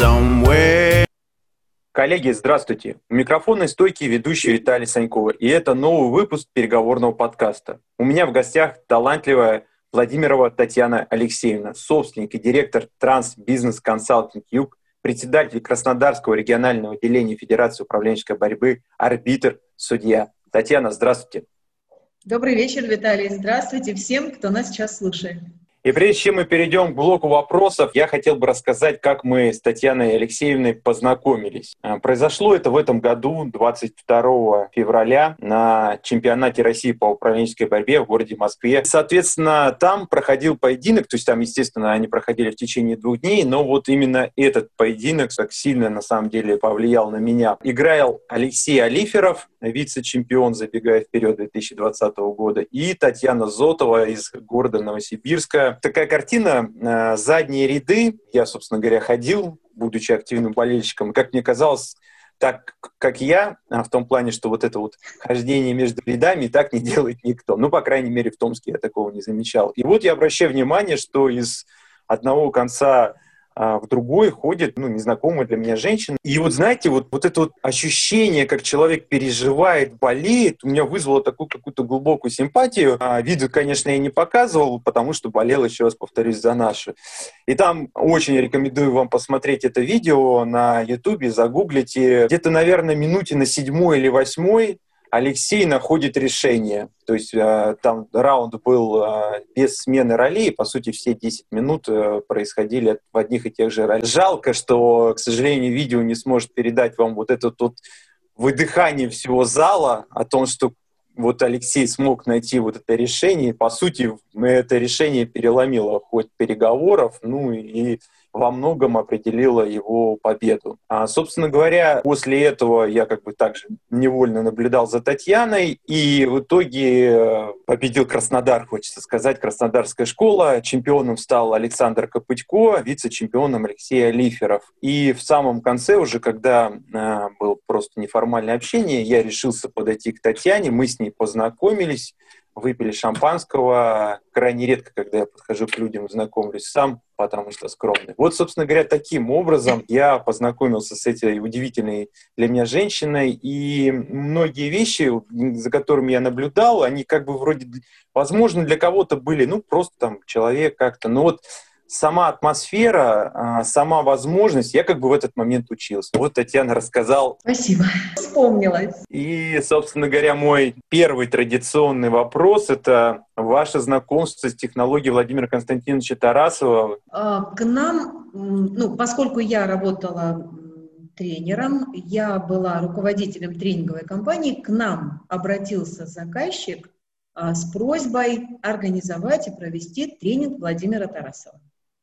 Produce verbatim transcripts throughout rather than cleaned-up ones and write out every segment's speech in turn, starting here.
somewhere. Коллеги, здравствуйте. У микрофонной стойки ведущий Виталий Санькова, и это новый выпуск переговорного подкаста. У меня в гостях талантливая Владимирова Татьяна Алексеевна, собственник и директор Транс-бизнес консалтинг Юг, председатель Краснодарского регионального отделения Федерации управленческой борьбы, арбитр, судья. Татьяна, здравствуйте. Добрый вечер, Виталий. Здравствуйте всем, кто нас сейчас слушает. И прежде чем мы перейдем к блоку вопросов, я хотел бы рассказать, как мы с Татьяной Алексеевной познакомились. Произошло это в этом году, двадцать второго февраля, на чемпионате России по управленческой борьбе в городе Москве. Соответственно, там проходил поединок, то есть там, естественно, они проходили в течение двух дней, но вот именно этот поединок так сильно, на самом деле, повлиял на меня. Играл Алексей Алиферов, вице-чемпион, забегая вперед, две тысячи двадцатого года, и Татьяна Зотова из города Новосибирска. Такая картина, задние ряды, я, собственно говоря, ходил, будучи активным болельщиком, и, как мне казалось, так как я, в том плане, что вот это вот хождение между рядами так не делает никто. Ну, по крайней мере, в Томске я такого не замечал. И вот я обращаю внимание, что из одного конца в другой ходит, ну, незнакомая для меня женщина. И вот, знаете, вот, вот это вот ощущение, как человек переживает, болеет, у меня вызвало такую какую-то глубокую симпатию. А, виду, конечно, я не показывал, потому что болел, еще раз повторюсь, за нашу. И там очень рекомендую вам посмотреть это видео на Ютубе, загуглите. Где-то, наверное, минуте на седьмой или восьмой Алексей находит решение. То есть э, там раунд был э, без смены ролей, по сути, все десять минут э, происходили в одних и тех же ролях. Жалко, что, к сожалению, видео не сможет передать вам вот это вот выдыхание всего зала о том, что вот Алексей смог найти вот это решение. По сути, это решение переломило ход переговоров, ну и во многом определило его победу. А, собственно говоря, после этого я как бы также невольно наблюдал за Татьяной, и в итоге победил Краснодар, хочется сказать, Краснодарская школа. Чемпионом стал Александр Копытько, вице-чемпионом Алексей Алиферов. И в самом конце уже, когда а, было просто неформальное общение, я решился подойти к Татьяне, мы с ней познакомились, выпили шампанского. Крайне редко, когда я подхожу к людям, знакомлюсь сам, потому что скромный. Вот, собственно говоря, таким образом я познакомился с этой удивительной для меня женщиной, и многие вещи, за которыми я наблюдал, они как бы вроде, возможно, для кого-то были, ну, просто там человек как-то, но вот сама атмосфера, сама возможность, я как бы в этот момент учился. Вот Татьяна рассказал. Спасибо. Вспомнилась. И, собственно говоря, мой первый традиционный вопрос — это ваше знакомство с технологией Владимира Константиновича Тарасова. К нам, ну, поскольку я работала тренером, я была руководителем тренинговой компании, к нам обратился заказчик с просьбой организовать и провести тренинг Владимира Тарасова.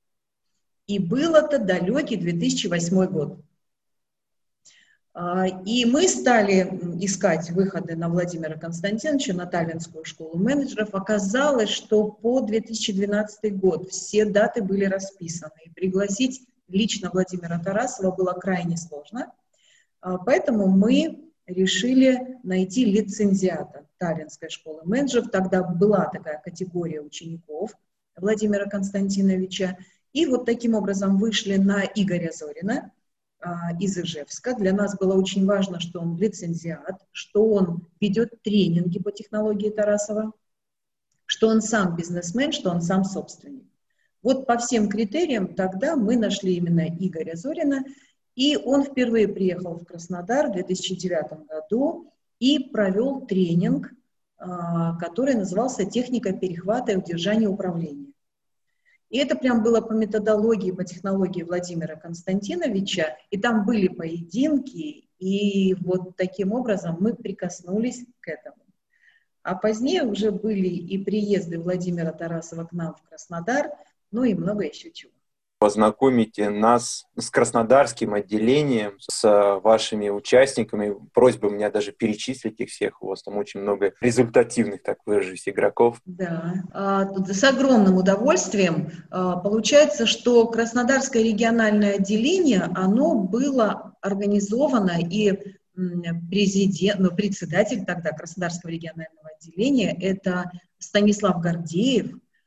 И был это далекий две тысячи восьмой год. И мы стали искать выходы на Владимира Константиновича, на Таллинскую школу менеджеров. Оказалось, что по две тысячи двенадцатый год все даты были расписаны. И пригласить лично Владимира Тарасова было крайне сложно. Поэтому мы решили найти лицензиата Таллинской школы менеджеров. Тогда была такая категория учеников Владимира Константиновича. И вот таким образом вышли на Игоря Зорина а, из Ижевска. Для нас было очень важно, что он лицензиат, что он ведет тренинги по технологии Тарасова, что он сам бизнесмен, что он сам собственник. Вот по всем критериям тогда мы нашли именно Игоря Зорина, и он впервые приехал в Краснодар в две тысячи девятом году и провел тренинг, а, который назывался «Техника перехвата и удержания управления». И это прям было по методологии, по технологии Владимира Константиновича, и там были поединки, и вот таким образом мы прикоснулись к этому. А позднее уже были и приезды Владимира Тарасова к нам в Краснодар, ну и много еще чего. Познакомите нас с краснодарским отделением, с вашими участниками. Просьба у меня даже перечислить их всех. У вас там очень много результативных, так выражусь, игроков. Да, с огромным удовольствием. Получается, что Краснодарское региональное отделение, оно было организовано, и президент, ну, председатель тогда Краснодарского регионального отделения, это Станислав Гордеев,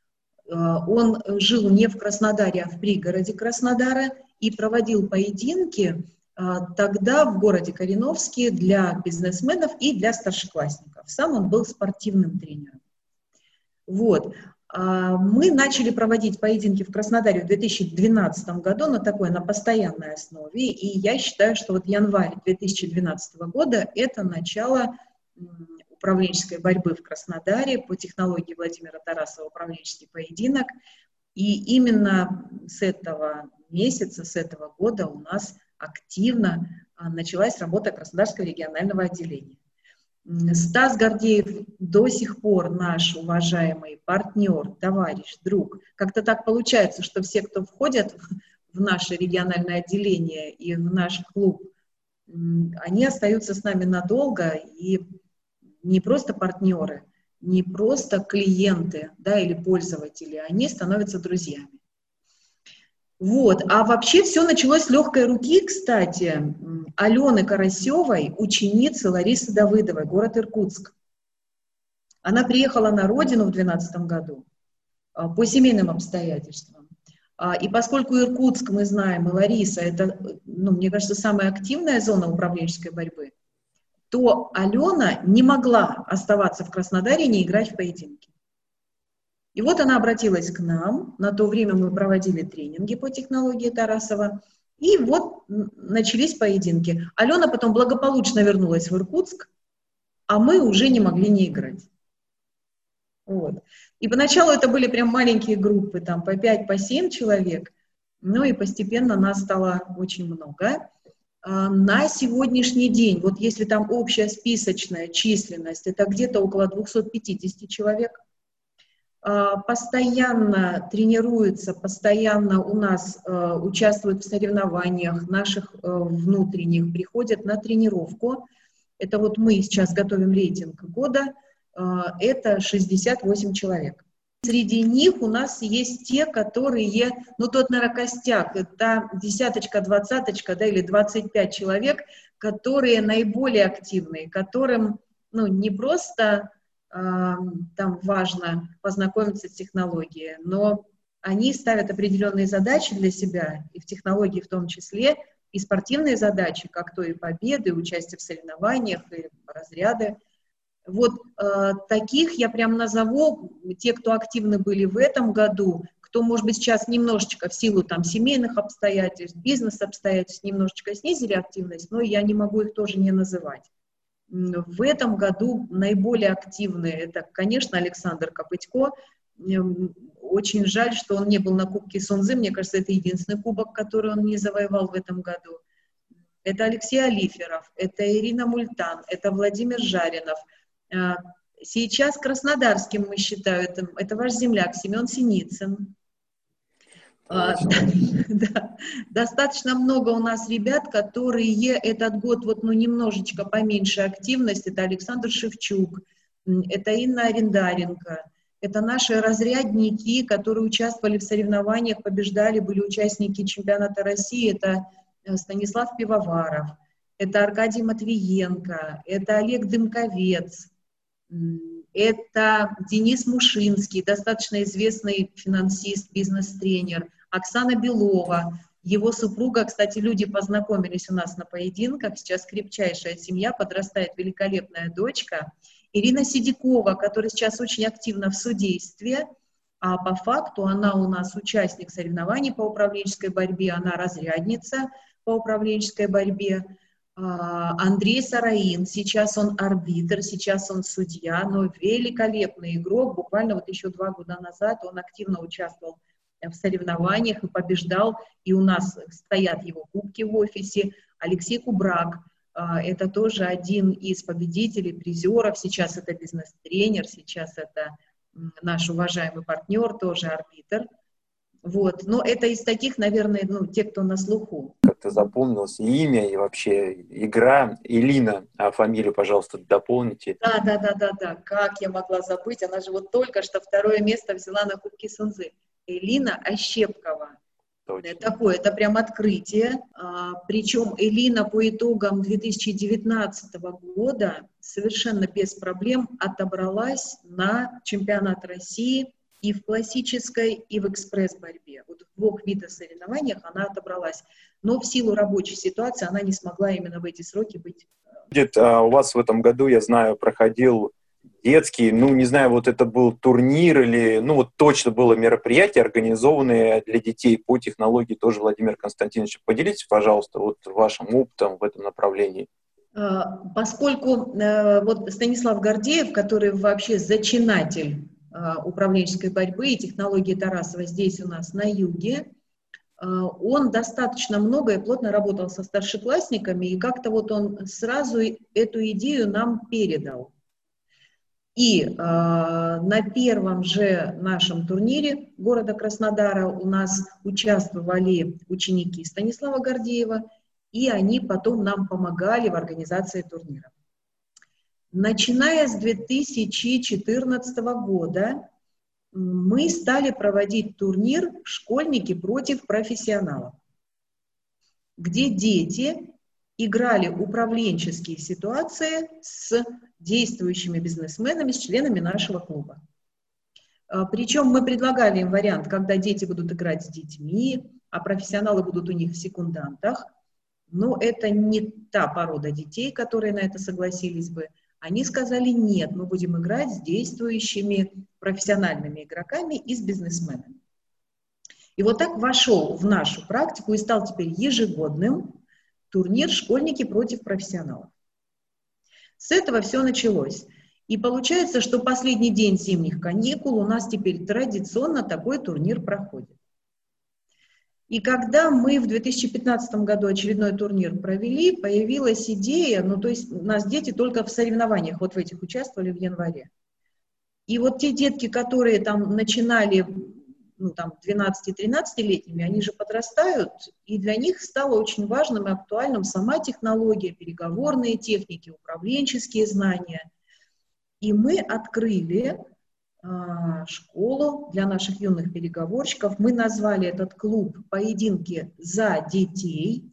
Он жил не в Краснодаре, а в пригороде Краснодара и проводил поединки тогда в городе Кореновске для бизнесменов и для старшеклассников. Сам он был спортивным тренером. Вот. Мы начали проводить поединки в Краснодаре в две тысячи двенадцатом году на такой, на постоянной основе, и я считаю, что вот январь две тысячи двенадцатого года – это начало управленческой борьбы в Краснодаре по технологии Владимира Тарасова «Управленческий поединок», и именно с этого месяца, с этого года у нас активно началась работа Краснодарского регионального отделения. Стас Гордеев до сих пор наш уважаемый партнер, товарищ, друг. Как-то так получается, что все, кто входят в наше региональное отделение и в наш клуб, они остаются с нами надолго, и не просто партнеры, не просто клиенты, да, или пользователи, они становятся друзьями. Вот. А вообще все началось с легкой руки, кстати, Алены Карасевой, ученицы Ларисы Давыдовой, город Иркутск. Она приехала на родину в две тысячи двенадцатом году по семейным обстоятельствам. И поскольку Иркутск, мы знаем, и Лариса, это, ну, мне кажется, самая активная зона управленческой борьбы, то Алена не могла оставаться в Краснодаре и не играть в поединки. И вот она обратилась к нам, на то время мы проводили тренинги по технологии Тарасова, и вот начались поединки. Алена потом благополучно вернулась в Иркутск, а мы уже не могли не играть. Вот. И поначалу это были прям маленькие группы, там по пять, по семь человек, ну и постепенно нас стало очень много. На сегодняшний день, вот если там общая списочная численность, это где-то около двухсот пятидесяти человек, постоянно тренируются, постоянно у нас э, участвуют в соревнованиях наших э, внутренних, приходят на тренировку. Это вот мы сейчас готовим рейтинг года, э, это шестьдесят восемь человек. Среди них у нас есть те, которые, ну тот, наверное, костяк, это десяточка, двадцаточка, да, или двадцать пять человек, которые наиболее активные, которым, ну, не просто там важно познакомиться с технологией, но они ставят определенные задачи для себя, и в технологии в том числе, и спортивные задачи, как то и победы, и участие в соревнованиях, и разряды. Вот э, таких я прям назову, те, кто активны были в этом году, кто, может быть, сейчас немножечко в силу там семейных обстоятельств, бизнес-обстоятельств немножечко снизили активность, но я не могу их тоже не называть. В этом году наиболее активные, это, конечно, Александр Копытько. Очень жаль, что он не был на Кубке Сунзы. Мне кажется, это единственный кубок, который он не завоевал в этом году. Это Алексей Алиферов, это Ирина Мультан, это Владимир Жаринов. Сейчас краснодарским, мы считаем, это, это ваш земляк Семен Синицын. А, да, достаточно много у нас ребят, которые этот год вот, ну, немножечко поменьше активность. Это Александр Шевчук, это Инна Арендаренко, это наши разрядники, которые участвовали в соревнованиях, побеждали, были участники чемпионата России. Это Станислав Пивоваров, это Аркадий Матвиенко, это Олег Дымковец, это Денис Мушинский, достаточно известный финансист, бизнес-тренер, Оксана Белова, его супруга, кстати, люди познакомились у нас на поединках, сейчас крепчайшая семья, подрастает великолепная дочка, Ирина Сидякова, которая сейчас очень активна в судействе, а по факту она у нас участник соревнований по управленческой борьбе, она разрядница по управленческой борьбе. Андрей Сараин, сейчас он арбитр, сейчас он судья, но великолепный игрок. Буквально вот еще два года назад он активно участвовал в соревнованиях и побеждал, и у нас стоят его кубки в офисе. Алексей Кубрак, это тоже один из победителей, призеров, сейчас это бизнес-тренер, сейчас это наш уважаемый партнер, тоже арбитр. Вот, но это из таких, наверное, ну, те, кто на слуху. Как-то запомнилось и имя, и вообще игра. Элина, а фамилию, пожалуйста, дополните. Да, да, да, да, да. Как я могла забыть? Она же вот только что второе место взяла на Кубке Сунзы. Элина Ощепкова. Точно. Такое, это прям открытие. А, причем Элина по итогам две тысячи девятнадцатого года совершенно без проблем отобралась на чемпионат России и в классической, и в экспресс-борьбе. Вот в двух видах соревнованиях она отобралась. Но в силу рабочей ситуации она не смогла именно в эти сроки быть. Будет, а, у вас в этом году, я знаю, проходил детский, ну, не знаю, вот это был турнир или, ну, вот точно было мероприятие, организованное для детей по технологии тоже Владимир Константинович. Поделитесь, пожалуйста, вот вашим опытом в этом направлении. Поскольку э, вот Станислав Гордеев, который вообще зачинатель э, управленческой борьбы и технологии Тарасова здесь у нас на юге, э, он достаточно много и плотно работал со старшеклассниками, и как-то вот он сразу эту идею нам передал. И э, на первом же нашем турнире города Краснодара у нас участвовали ученики Станислава Гордеева, и они потом нам помогали в организации турнира. Начиная с две тысячи четырнадцатого года мы стали проводить турнир «Школьники против профессионалов», где дети играли управленческие ситуации с действующими бизнесменами, с членами нашего клуба. Причем мы предлагали им вариант, когда дети будут играть с детьми, а профессионалы будут у них в секундантах. Но это не та порода детей, которые на это согласились бы. Они сказали: нет, мы будем играть с действующими профессиональными игроками и с бизнесменами. И вот так вошел в нашу практику и стал теперь ежегодным турнир «Школьники против профессионалов». С этого все началось. И получается, что последний день зимних каникул у нас теперь традиционно такой турнир проходит. И когда мы в две тысячи пятнадцатом году очередной турнир провели, появилась идея, ну то есть у нас дети только в соревнованиях вот в этих участвовали в январе. И вот те детки, которые там начинали, ну там двенадцати-тринадцатилетними, они же подрастают, и для них стало очень важным и актуальным сама технология, переговорные техники, управленческие знания. И мы открыли школу для наших юных переговорщиков. Мы назвали этот клуб «Поединки за детей».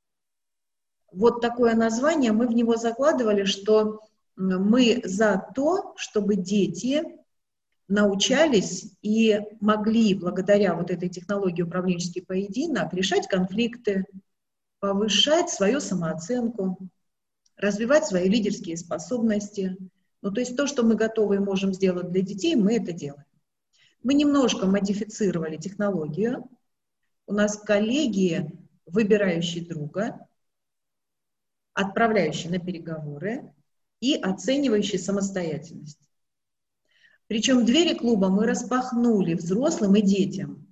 Вот такое название мы в него закладывали, что мы за то, чтобы дети научались и могли, благодаря вот этой технологии управленческий поединок, решать конфликты, повышать свою самооценку, развивать свои лидерские способности. Ну, то есть то, что мы готовы и можем сделать для детей, мы это делаем. Мы немножко модифицировали технологию. У нас коллеги, выбирающие друга, отправляющие на переговоры и оценивающие самостоятельность. Причем двери клуба мы распахнули взрослым и детям.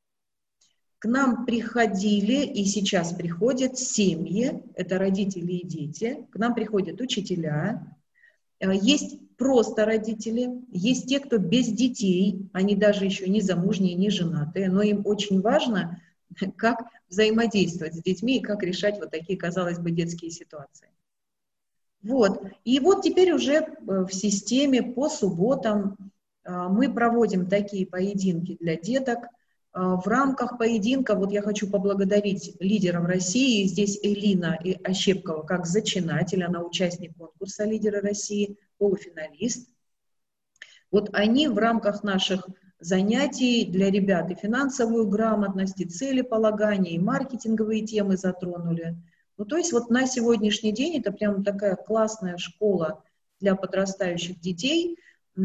К нам приходили и сейчас приходят семьи, это родители и дети, к нам приходят учителя. Есть просто родители, есть те, кто без детей, они даже еще не замужние, не женатые, но им очень важно, как взаимодействовать с детьми и как решать вот такие, казалось бы, детские ситуации. Вот. И вот теперь уже в системе по субботам мы проводим такие поединки для деток. В рамках поединка, вот я хочу поблагодарить лидеров России, здесь Элина Ощепкова как зачинатель, она участник конкурса «Лидеры России», полуфиналист. Вот они в рамках наших занятий для ребят и финансовую грамотность, и целеполагание, и маркетинговые темы затронули. Ну, то есть вот на сегодняшний день это прям такая классная школа для подрастающих детей.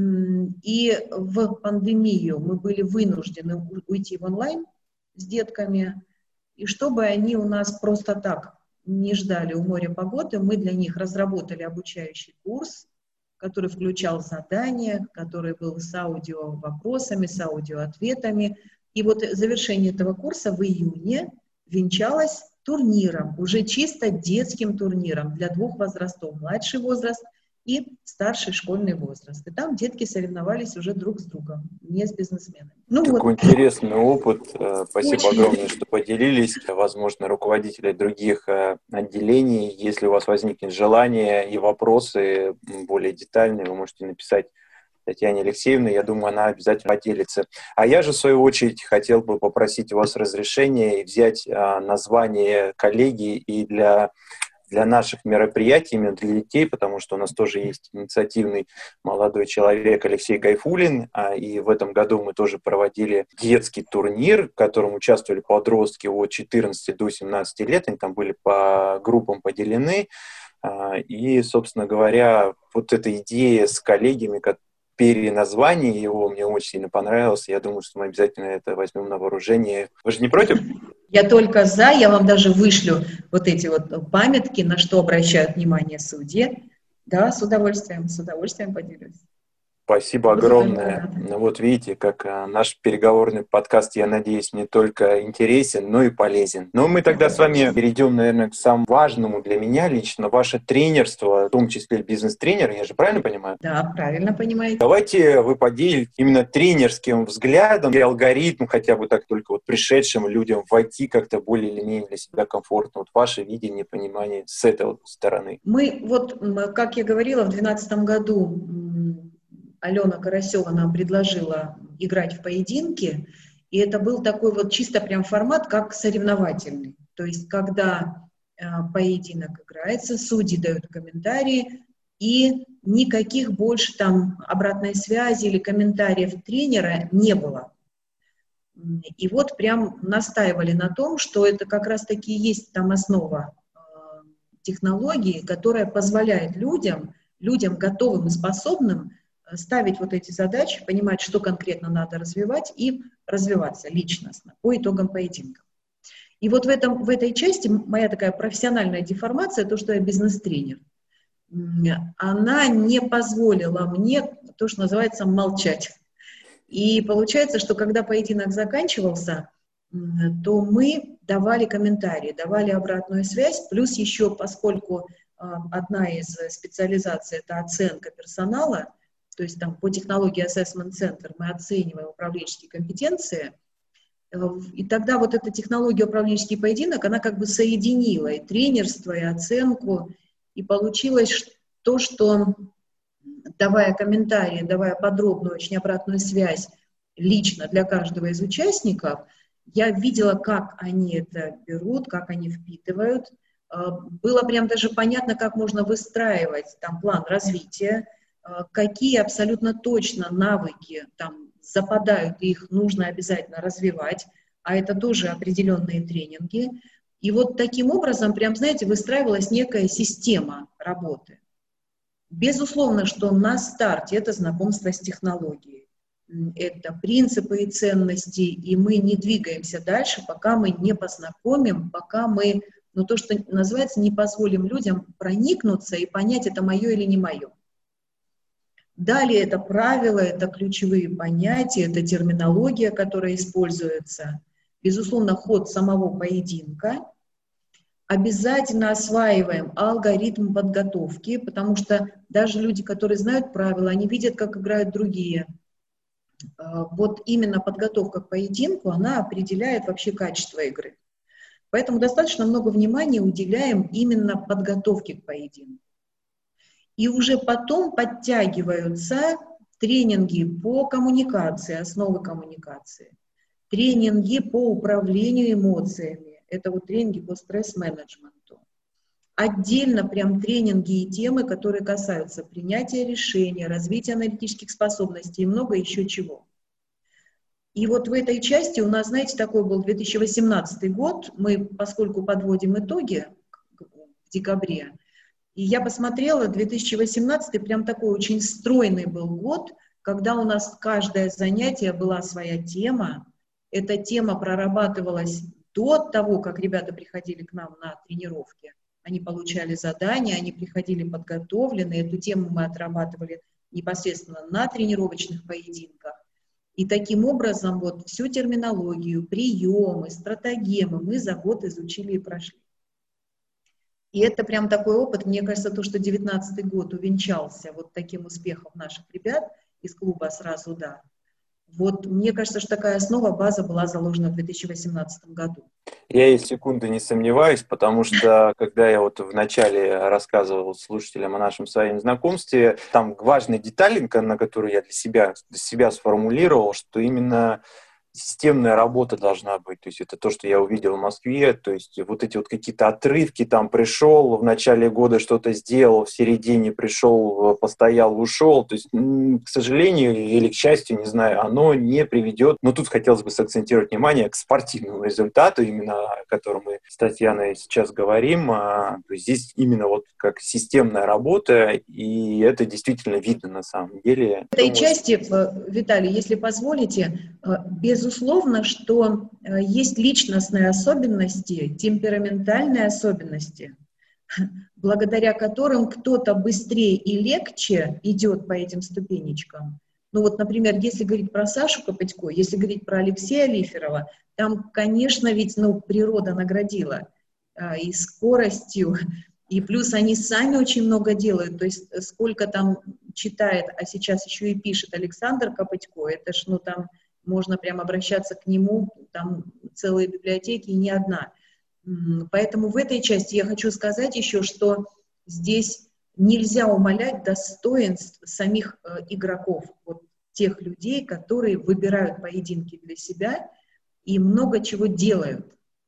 И в пандемию мы были вынуждены уйти в онлайн с детками. И чтобы они у нас просто так не ждали у моря погоды, мы для них разработали обучающий курс, который включал задания, который был с аудио-вопросами, с аудио-ответами. И вот завершение этого курса в июне венчалось турниром, уже чисто детским турниром для двух возрастов, младший возраст и старший школьный возраст. И там детки соревновались уже друг с другом, не с бизнесменами. Ну, Такой вот. интересный опыт. Спасибо Очень. огромное, что поделились. Возможно, руководители других отделений, если у вас возникнет желание и вопросы более детальные, вы можете написать Татьяне Алексеевне. Я думаю, она обязательно поделится. А я же, в свою очередь, хотел бы попросить у вас разрешения и взять название коллеги и для для наших мероприятий, именно для детей, потому что у нас тоже есть инициативный молодой человек Алексей Гайфуллин, и в этом году мы тоже проводили детский турнир, в котором участвовали подростки от четырнадцати до семнадцати лет, они там были по группам поделены, и, собственно говоря, вот эта идея с коллегами, переназвание его мне очень сильно понравилось. Я думаю, что мы обязательно это возьмем на вооружение. Вы же не против? Я только за. Я вам даже вышлю вот эти вот памятки, на что обращают внимание судьи. Да, с удовольствием, с удовольствием поделюсь. Спасибо огромное. Ну, вот видите, как а, наш переговорный подкаст, я надеюсь, не только интересен, но и полезен. Но мы тогда с вами перейдем, наверное, к самому важному для меня лично, ваше тренерство, в том числе бизнес-тренер, я же правильно понимаю? Да, правильно понимаете. Давайте вы поделитесь именно тренерским взглядом и алгоритм, хотя бы так только вот пришедшим людям войти как-то более или менее для себя комфортно. Вот ваше видение, понимание с этой вот стороны. Мы вот, как я говорила, в две тысячи двенадцатом году Алена Карасева нам предложила играть в поединки, и это был такой вот чисто прям формат, как соревновательный. То есть, когда э, поединок играется, судьи дают комментарии, и никаких больше там обратной связи или комментариев тренера не было. И вот прям настаивали на том, что это как раз-таки есть там основа э, технологии, которая позволяет людям, людям готовым и способным ставить вот эти задачи, понимать, что конкретно надо развивать, и развиваться личностно по итогам поединка. И вот в, этом, в этой части моя такая профессиональная деформация, то, что я бизнес-тренер, она не позволила мне, то, что называется, молчать. И получается, что когда поединок заканчивался, то мы давали комментарии, давали обратную связь, плюс еще, поскольку одна из специализаций — это оценка персонала, то есть там по технологии Assessment Center мы оцениваем управленческие компетенции, и тогда вот эта технология управленческий поединок, она как бы соединила и тренерство, и оценку, и получилось то, что, давая комментарии, давая подробную, очень обратную связь лично для каждого из участников, я видела, как они это берут, как они впитывают. Было прям даже понятно, как можно выстраивать там план развития, какие абсолютно точно навыки там западают, и их нужно обязательно развивать, а это тоже определенные тренинги. И вот таким образом, прям, знаете, выстраивалась некая система работы. Безусловно, что на старте это знакомство с технологией, это принципы и ценности, и мы не двигаемся дальше, пока мы не познакомим, пока мы, ну то, что называется, не позволим людям проникнуться и понять, это мое или не мое. Далее это правила, это ключевые понятия, это терминология, которая используется. Безусловно, ход самого поединка. Обязательно осваиваем алгоритм подготовки, потому что даже люди, которые знают правила, они видят, как играют другие. Вот именно подготовка к поединку, она определяет вообще качество игры. Поэтому достаточно много внимания уделяем именно подготовке к поединку. И уже потом подтягиваются тренинги по коммуникации, основы коммуникации, тренинги по управлению эмоциями, это вот тренинги по стресс-менеджменту. Отдельно прям тренинги и темы, которые касаются принятия решений, развития аналитических способностей и много еще чего. И вот в этой части у нас, знаете, такой был две тысячи восемнадцатый год, мы, поскольку подводим итоги в декабре, и я посмотрела, две тысячи восемнадцатый прям такой очень стройный был год, когда у нас каждое занятие была своя тема. Эта тема прорабатывалась до того, как ребята приходили к нам на тренировки. Они получали задания, они приходили подготовленные. Эту тему мы отрабатывали непосредственно на тренировочных поединках. И таким образом вот всю терминологию, приемы, стратегемы мы за год изучили и прошли. И это прям такой опыт, мне кажется, то, что девятнадцатый год увенчался вот таким успехом наших ребят из клуба «Сразу да». Вот мне кажется, что такая основа, база была заложена в две тысячи восемнадцатом году. Я и секунды не сомневаюсь, потому что, когда я вот вначале рассказывал слушателям о нашем своем знакомстве, там важная деталь, на которую я для себя, для себя сформулировал, что именно системная работа должна быть. То есть это то, что я увидел в Москве. То есть вот эти вот какие-то отрывки, там пришел, в начале года что-то сделал, в середине пришел, постоял, ушел. То есть, к сожалению или к счастью, не знаю, оно не приведет. Но тут хотелось бы сакцентировать внимание к спортивному результату, именно о котором мы с Татьяной сейчас говорим. То есть здесь именно вот как системная работа, и это действительно видно на самом деле. В этой части, Виталий, если позволите, безусловно, что есть личностные особенности, темпераментальные особенности, благодаря которым кто-то быстрее и легче идет по этим ступенечкам. Ну вот, например, если говорить про Сашу Копытько, если говорить про Алексея Лиферова, там, конечно, ведь ну, природа наградила а, и скоростью, и плюс они сами очень много делают, то есть сколько там читает, а сейчас еще и пишет Александр Копытько, это ж, ну, там можно прям обращаться к нему, там целые библиотеки, и не одна. Поэтому в этой части я хочу сказать еще, что здесь нельзя умалять достоинств самих э, игроков, вот тех людей, которые выбирают поединки для себя и много чего делают,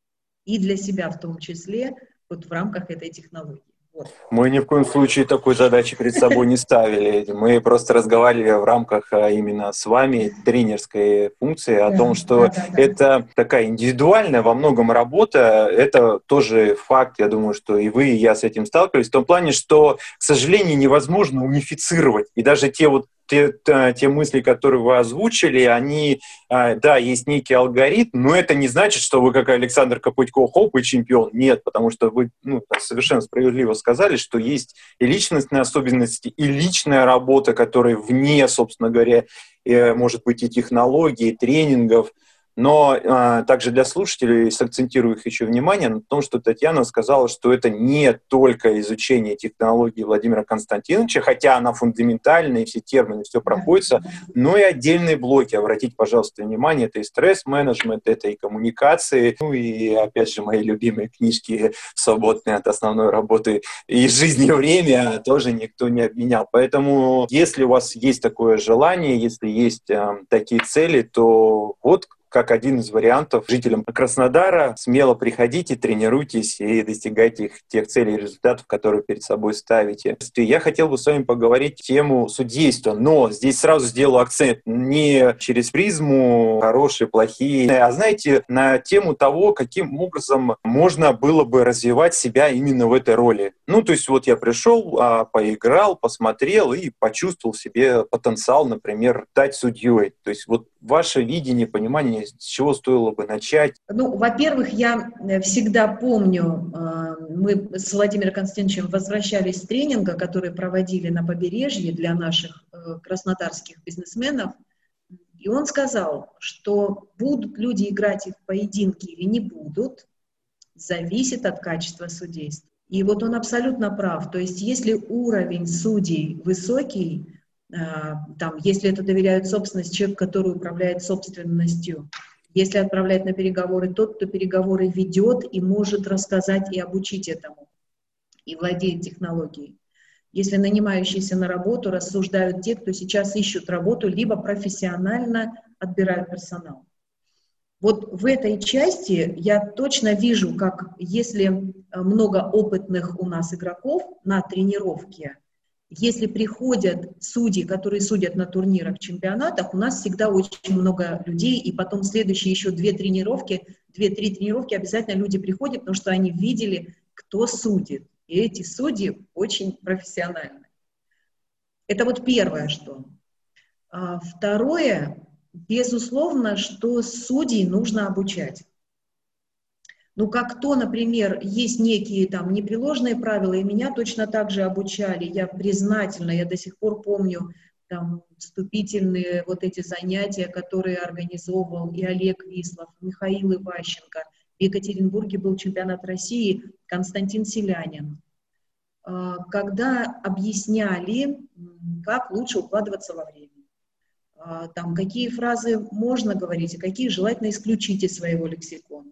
и для себя в том числе, вот в рамках этой технологии. Вот. Мы ни в коем случае такой задачи перед собой не ставили. Мы просто разговаривали в рамках именно с вами тренерской функции о Да, том, что да, да, да. это такая индивидуальная во многом работа. Это тоже факт, я думаю, что и вы, и я с этим сталкивались, в том плане, что, к сожалению, невозможно унифицировать. И даже те вот Те, те мысли, которые вы озвучили, они, да, есть некий алгоритм, но это не значит, что вы, как Александр Копытько, хоп, и чемпион. Нет, потому что вы ну, совершенно справедливо сказали, что есть и личностные особенности, и личная работа, которая вне, собственно говоря, может быть, и технологий, и тренингов. Но э, также для слушателей сакцентирую их еще внимание на том, что Татьяна сказала, что это не только изучение технологии Владимира Константиновича, хотя она фундаментальная, и все термины, все проходится, но и отдельные блоки. Обратите, пожалуйста, внимание, это и стресс-менеджмент, это и коммуникации, ну и, опять же, мои любимые книжки «Свободные от основной работы и жизни время» тоже никто не обменял. Поэтому, если у вас есть такое желание, если есть э, такие цели, то вот как один из вариантов жителям Краснодара смело приходите, тренируйтесь и достигайте их, тех целей и результатов, которые перед собой ставите. Я хотел бы с вами поговорить тему судейства, но здесь сразу сделаю акцент не через призму хорошие, плохие, а знаете, на тему того, каким образом можно было бы развивать себя именно в этой роли. Ну, то есть вот я пришел, поиграл, посмотрел и почувствовал в себе потенциал, например, стать судьей. То есть вот ваше видение, понимание, с чего стоило бы начать? Ну, во-первых, я всегда помню, мы с Владимиром Константиновичем возвращались с тренинга, который проводили на побережье для наших краснодарских бизнесменов, и он сказал, что будут люди играть в поединки или не будут, зависит от качества судейства. И вот он абсолютно прав. То есть если уровень судей высокий, там, если это доверяют собственность, человек, который управляет собственностью, если отправляет на переговоры тот, кто переговоры ведет и может рассказать и обучить этому, и владеет технологией. Если нанимающиеся на работу рассуждают те, кто сейчас ищут работу, либо профессионально отбирают персонал. Вот в этой части я точно вижу, как если много опытных у нас игроков на тренировке, если приходят судьи, которые судят на турнирах, чемпионатах, у нас всегда очень много людей, и потом следующие еще две тренировки, две-три тренировки обязательно люди приходят, потому что они видели, кто судит. И эти судьи очень профессиональны. Это вот первое, что. А второе, безусловно, что судей нужно обучать. Ну, как то, например, есть некие там непреложные правила, и меня точно так же обучали. Я признательна, я до сих пор помню там вступительные вот эти занятия, которые организовывал и Олег Вислов, и Михаил Иващенко. В Екатеринбурге был чемпионат России Константин Селянин. Когда объясняли, как лучше укладываться во время. Там, какие фразы можно говорить, а какие желательно исключить из своего лексикона.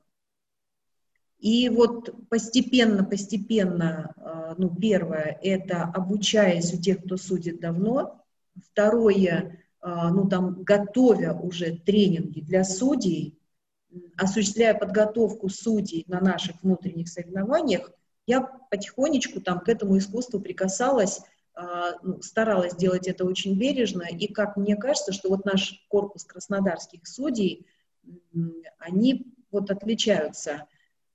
И вот постепенно-постепенно, ну, первое, это обучаясь у тех, кто судит давно. Второе, ну, там, готовя уже тренинги для судей, осуществляя подготовку судей на наших внутренних соревнованиях, я потихонечку там к этому искусству прикасалась, ну, старалась делать это очень бережно, и как мне кажется, что вот наш корпус краснодарских судей, они вот отличаются.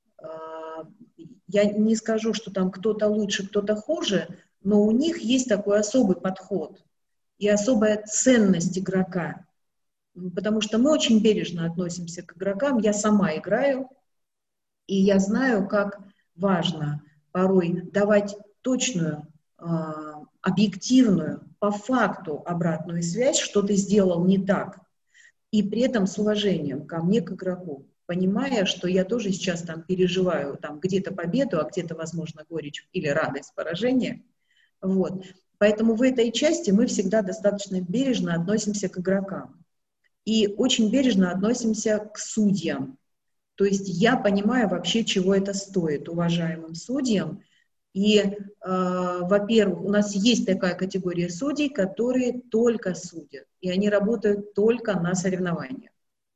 Я не скажу, что там кто-то лучше, кто-то хуже, но у них есть такой особый подход и особая ценность игрока. Потому что мы очень бережно относимся к игрокам. Я сама играю, и я знаю, как важно порой давать точную, объективную, по факту обратную связь, что ты сделал не так, и при этом с уважением ко мне, к игроку, понимая, что я тоже сейчас там переживаю там где-то победу, а где-то, возможно, горечь или радость поражения. Вот. Поэтому в этой части мы всегда достаточно бережно относимся к игрокам. И очень бережно относимся к судьям. То есть я понимаю вообще, чего это стоит, уважаемым судьям. И, э, во-первых, у нас есть такая категория судей, которые только судят. И они работают только на соревнованиях.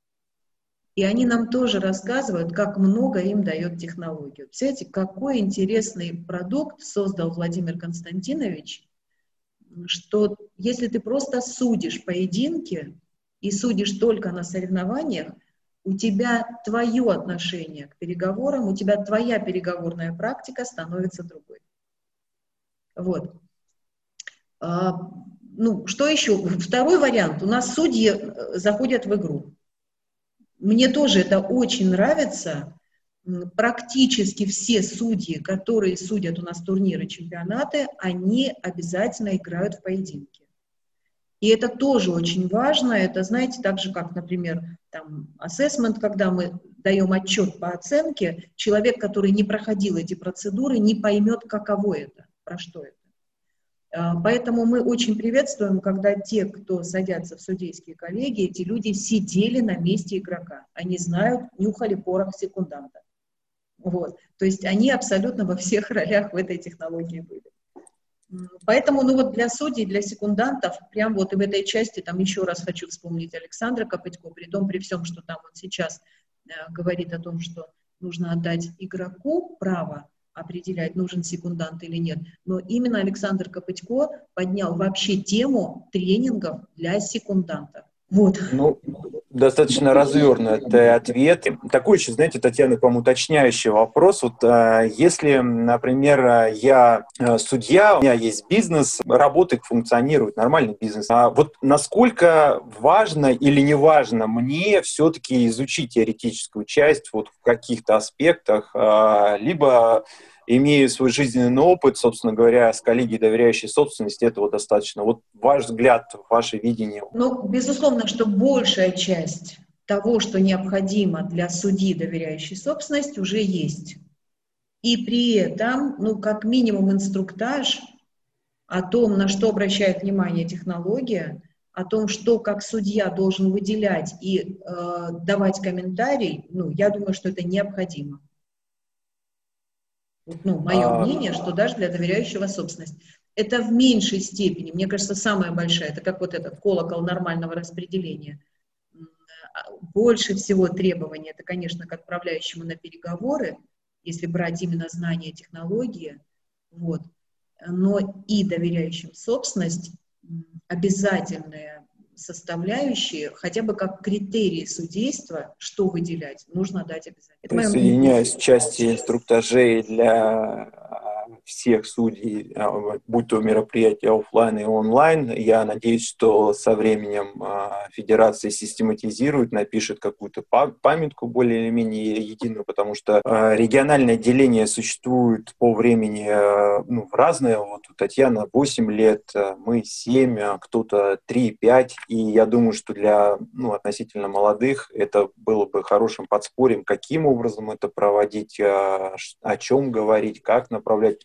И они нам тоже рассказывают, как много им дает технология. Представляете, какой интересный продукт создал Владимир Константинович, что если ты просто судишь поединки и судишь только на соревнованиях, у тебя твое отношение к переговорам, у тебя твоя переговорная практика становится другой. Вот. А, ну, что еще? Второй вариант. У нас судьи заходят в игру. Мне тоже это очень нравится. Практически все судьи, которые судят у нас турниры, чемпионаты, они обязательно играют в поединки. И это тоже очень важно. Это, знаете, так же, как, например, там, ассессмент, когда мы даем отчет по оценке, человек, который не проходил эти процедуры, не поймет, каково это, про что это. Поэтому мы очень приветствуем, когда те, кто садятся в судейские коллегии, эти люди сидели на месте игрока. Они знают, нюхали порох секунданта. Вот. То есть они абсолютно во всех ролях в этой технологии были. Поэтому, ну вот для судей, для секундантов, прям вот и в этой части, там еще раз хочу вспомнить Александра Копытько, при том, при всем, что там он сейчас э, говорит о том, что нужно отдать игроку право определять, нужен секундант или нет. Но именно Александр Копытько поднял вообще тему тренингов для секундантов. Вот. Ну, достаточно развернутый ответ. Такой еще, знаете, Татьяна, по-моему, уточняющий вопрос. Вот если, например, я судья, у меня есть бизнес, работает, функционирует, нормальный бизнес. А вот насколько важно или не важно мне все-таки изучить теоретическую часть вот в каких-то аспектах, либо имея свой жизненный опыт, собственно говоря, с коллегией доверяющей собственности, этого достаточно. Вот ваш взгляд, ваше видение. Ну, безусловно, что большая часть того, что необходимо для судьи доверяющей собственности, уже есть. И при этом, ну, как минимум инструктаж о том, на что обращает внимание технология, о том, что как судья должен выделять и э, давать комментарий, ну, я думаю, что это необходимо. Ну, мое А... мнение, что даже для доверяющего собственности. Это в меньшей степени, мне кажется, самое большое, это как вот этот колокол нормального распределения. Больше всего требований, это, конечно, к отправляющему на переговоры, если брать именно знания технологии, вот. Но и доверяющим собственность обязательные составляющие, хотя бы как критерии судейства, что выделять, нужно дать обязательно. Присоединяюсь к части инструктажей для всех судей, будь то мероприятия офлайн и онлайн. Я надеюсь, что со временем федерация систематизирует, напишет какую-то памятку более или менее единую, потому что региональное деление существует по времени, ну, разное. Вот у Татьяны восемь лет, мы семь, кто-то три-пять. И я думаю, что для, ну, относительно молодых это было бы хорошим подспорьем, каким образом это проводить, о чем говорить, как направлять.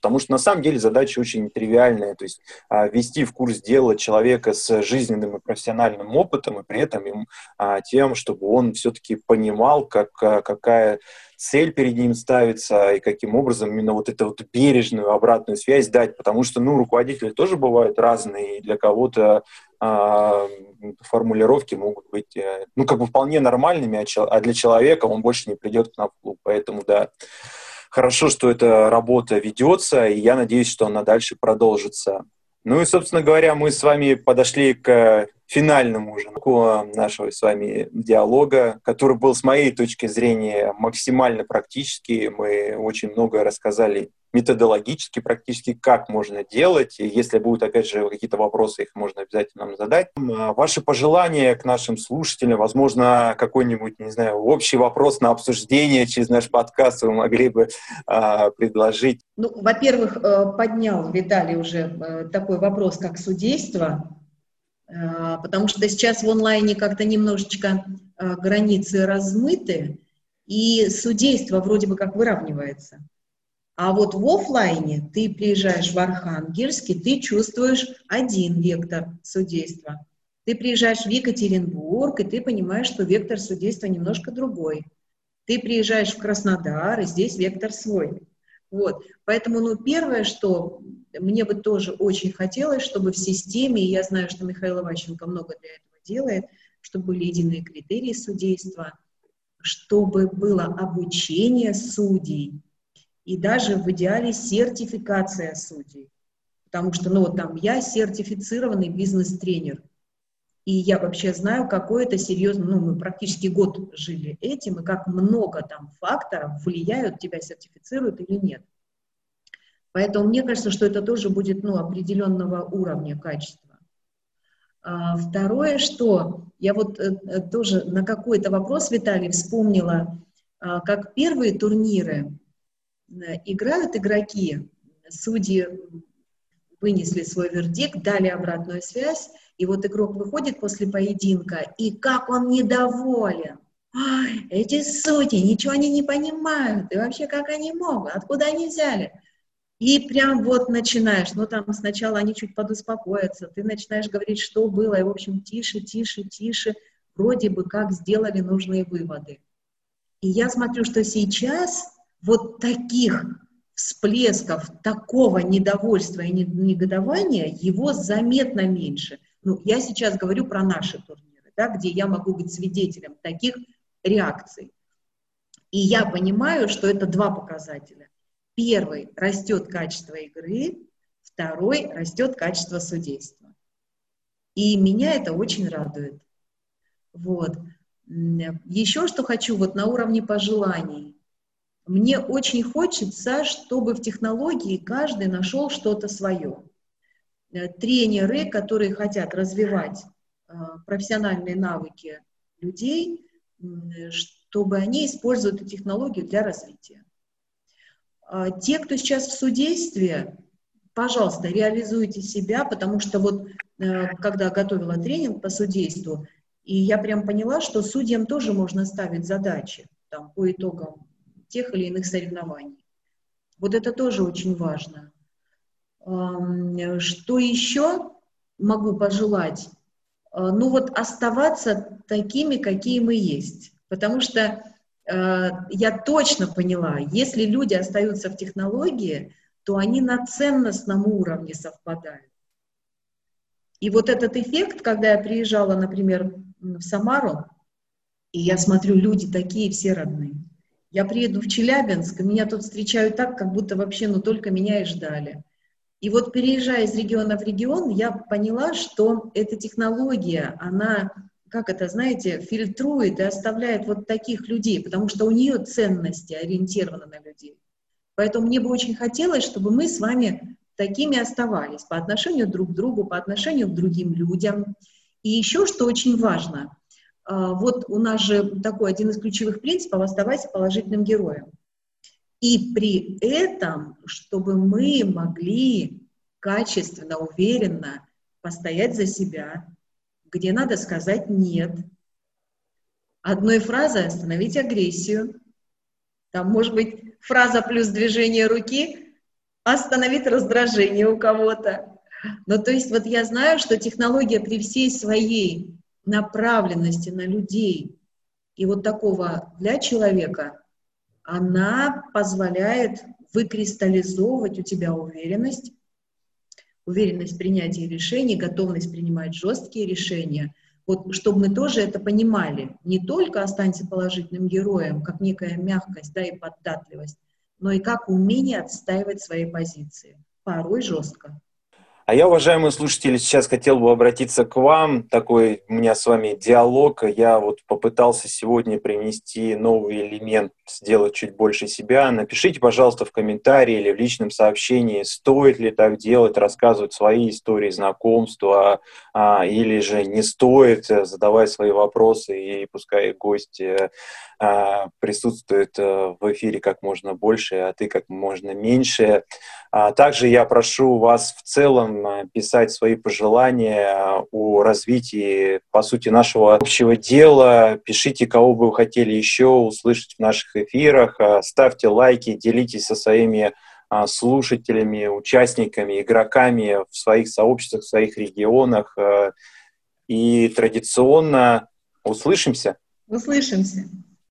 потому что на самом деле задача очень тривиальная, то есть а, ввести в курс дела человека с жизненным и профессиональным опытом, и при этом им, а, тем, чтобы он все-таки понимал, как, а, какая цель перед ним ставится, и каким образом именно вот эту вот бережную обратную связь дать, потому что, ну, руководители тоже бывают разные, и для кого-то а, формулировки могут быть, ну, как бы вполне нормальными, а для человека он больше не придет к нам в клуб, поэтому, да, хорошо, что эта работа ведется, и я надеюсь, что она дальше продолжится. Ну и, собственно говоря, мы с вами подошли к финальному уже нашего с вами диалога, который был, с моей точки зрения, максимально практический. Мы очень много рассказали методологически, практически, как можно делать. И если будут, опять же, какие-то вопросы, их можно обязательно нам задать. Ваши пожелания к нашим слушателям, возможно, какой-нибудь, не знаю, общий вопрос на обсуждение через наш подкаст вы могли бы а, предложить. Ну, во-первых, поднял Виталий уже такой вопрос, как судейство, потому что сейчас в онлайне как-то немножечко границы размыты, и судейство вроде бы как выравнивается. А вот в офлайне ты приезжаешь в Архангельск, и ты чувствуешь один вектор судейства. Ты приезжаешь в Екатеринбург, и ты понимаешь, что вектор судейства немножко другой. Ты приезжаешь в Краснодар, и здесь вектор свой. Вот. Поэтому, ну, первое, что мне бы тоже очень хотелось, чтобы в системе, и я знаю, что Михаил Иващенко много для этого делает, чтобы были единые критерии судейства, чтобы было обучение судей, и даже в идеале сертификация судей. Потому что, ну, вот там я сертифицированный бизнес-тренер, и я вообще знаю, какое это серьезно, ну, мы практически год жили этим, и как много там факторов влияют, тебя сертифицируют или нет. Поэтому мне кажется, что это тоже будет, ну, определенного уровня качества. А, второе, что я вот э, тоже на какой-то вопрос, Виталий, вспомнила, а, как первые турниры э, играют игроки, судьи вынесли свой вердикт, дали обратную связь, и вот игрок выходит после поединка, и как он недоволен. Ой, эти судьи, ничего они не понимают, и вообще как они могут, откуда они взяли? И прям вот начинаешь, ну там сначала они чуть подуспокоятся, ты начинаешь говорить, что было, и в общем тише, тише, тише, вроде бы как сделали нужные выводы. И я смотрю, что сейчас вот таких всплесков, такого недовольства и негодования, его заметно меньше. Ну, я сейчас говорю про наши турниры, да, где я могу быть свидетелем таких реакций. И я понимаю, что это два показателя. Первый – растет качество игры, второй – растет качество судейства. И меня это очень радует. Вот. Еще что хочу вот на уровне пожеланий. Мне очень хочется, чтобы в технологии каждый нашел что-то свое. Тренеры, которые хотят развивать профессиональные навыки людей, чтобы они используют эту технологию для развития. Те, кто сейчас в судействе, пожалуйста, реализуйте себя, потому что вот когда готовила тренинг по судейству, и я прям поняла, что судьям тоже можно ставить задачи там, по итогам тех или иных соревнований. Вот это тоже очень важно. Что еще могу пожелать? Ну вот оставаться такими, какие мы есть. Потому что я точно поняла, если люди остаются в технологии, то они на ценностном уровне совпадают. И вот этот эффект, когда я приезжала, например, в Самару, и я смотрю, люди такие все родные. Я приеду в Челябинск, и меня тут встречают так, как будто вообще, ну, только меня и ждали. И вот переезжая из региона в регион, я поняла, что эта технология, она, как это, знаете, фильтрует и оставляет вот таких людей, потому что у нее ценности ориентированы на людей. Поэтому мне бы очень хотелось, чтобы мы с вами такими оставались по отношению друг к другу, по отношению к другим людям. И еще, что очень важно, вот у нас же такой один из ключевых принципов – оставайся положительным героем. И при этом, чтобы мы могли качественно, уверенно постоять за себя, где надо сказать «нет». Одной фразой остановить агрессию. Там может быть фраза плюс движение руки, остановить раздражение у кого-то. Ну, то есть вот я знаю, что технология при всей своей направленности на людей и вот такого для человека, она позволяет выкристаллизовывать у тебя уверенность, уверенность в принятии решений, готовность принимать жесткие решения. Вот чтобы мы тоже это понимали. Не только останься положительным героем, как некая мягкость, да, и податливость, но и как умение отстаивать свои позиции. Порой жестко. А я, уважаемые слушатели, сейчас хотел бы обратиться к вам. Такой у меня с вами диалог. Я вот попытался сегодня привнести новый элемент, сделать чуть больше себя. Напишите, пожалуйста, в комментарии или в личном сообщении, стоит ли так делать, рассказывать свои истории знакомства, а, или же не стоит, задавать свои вопросы, и пускай гость а, присутствует в эфире как можно больше, а ты как можно меньше. А также я прошу вас в целом писать свои пожелания о развитии, по сути, нашего общего дела. Пишите, кого бы вы хотели еще услышать в наших эфирах. Ставьте лайки, делитесь со своими слушателями, участниками, игроками в своих сообществах, в своих регионах. И традиционно услышимся. Услышимся.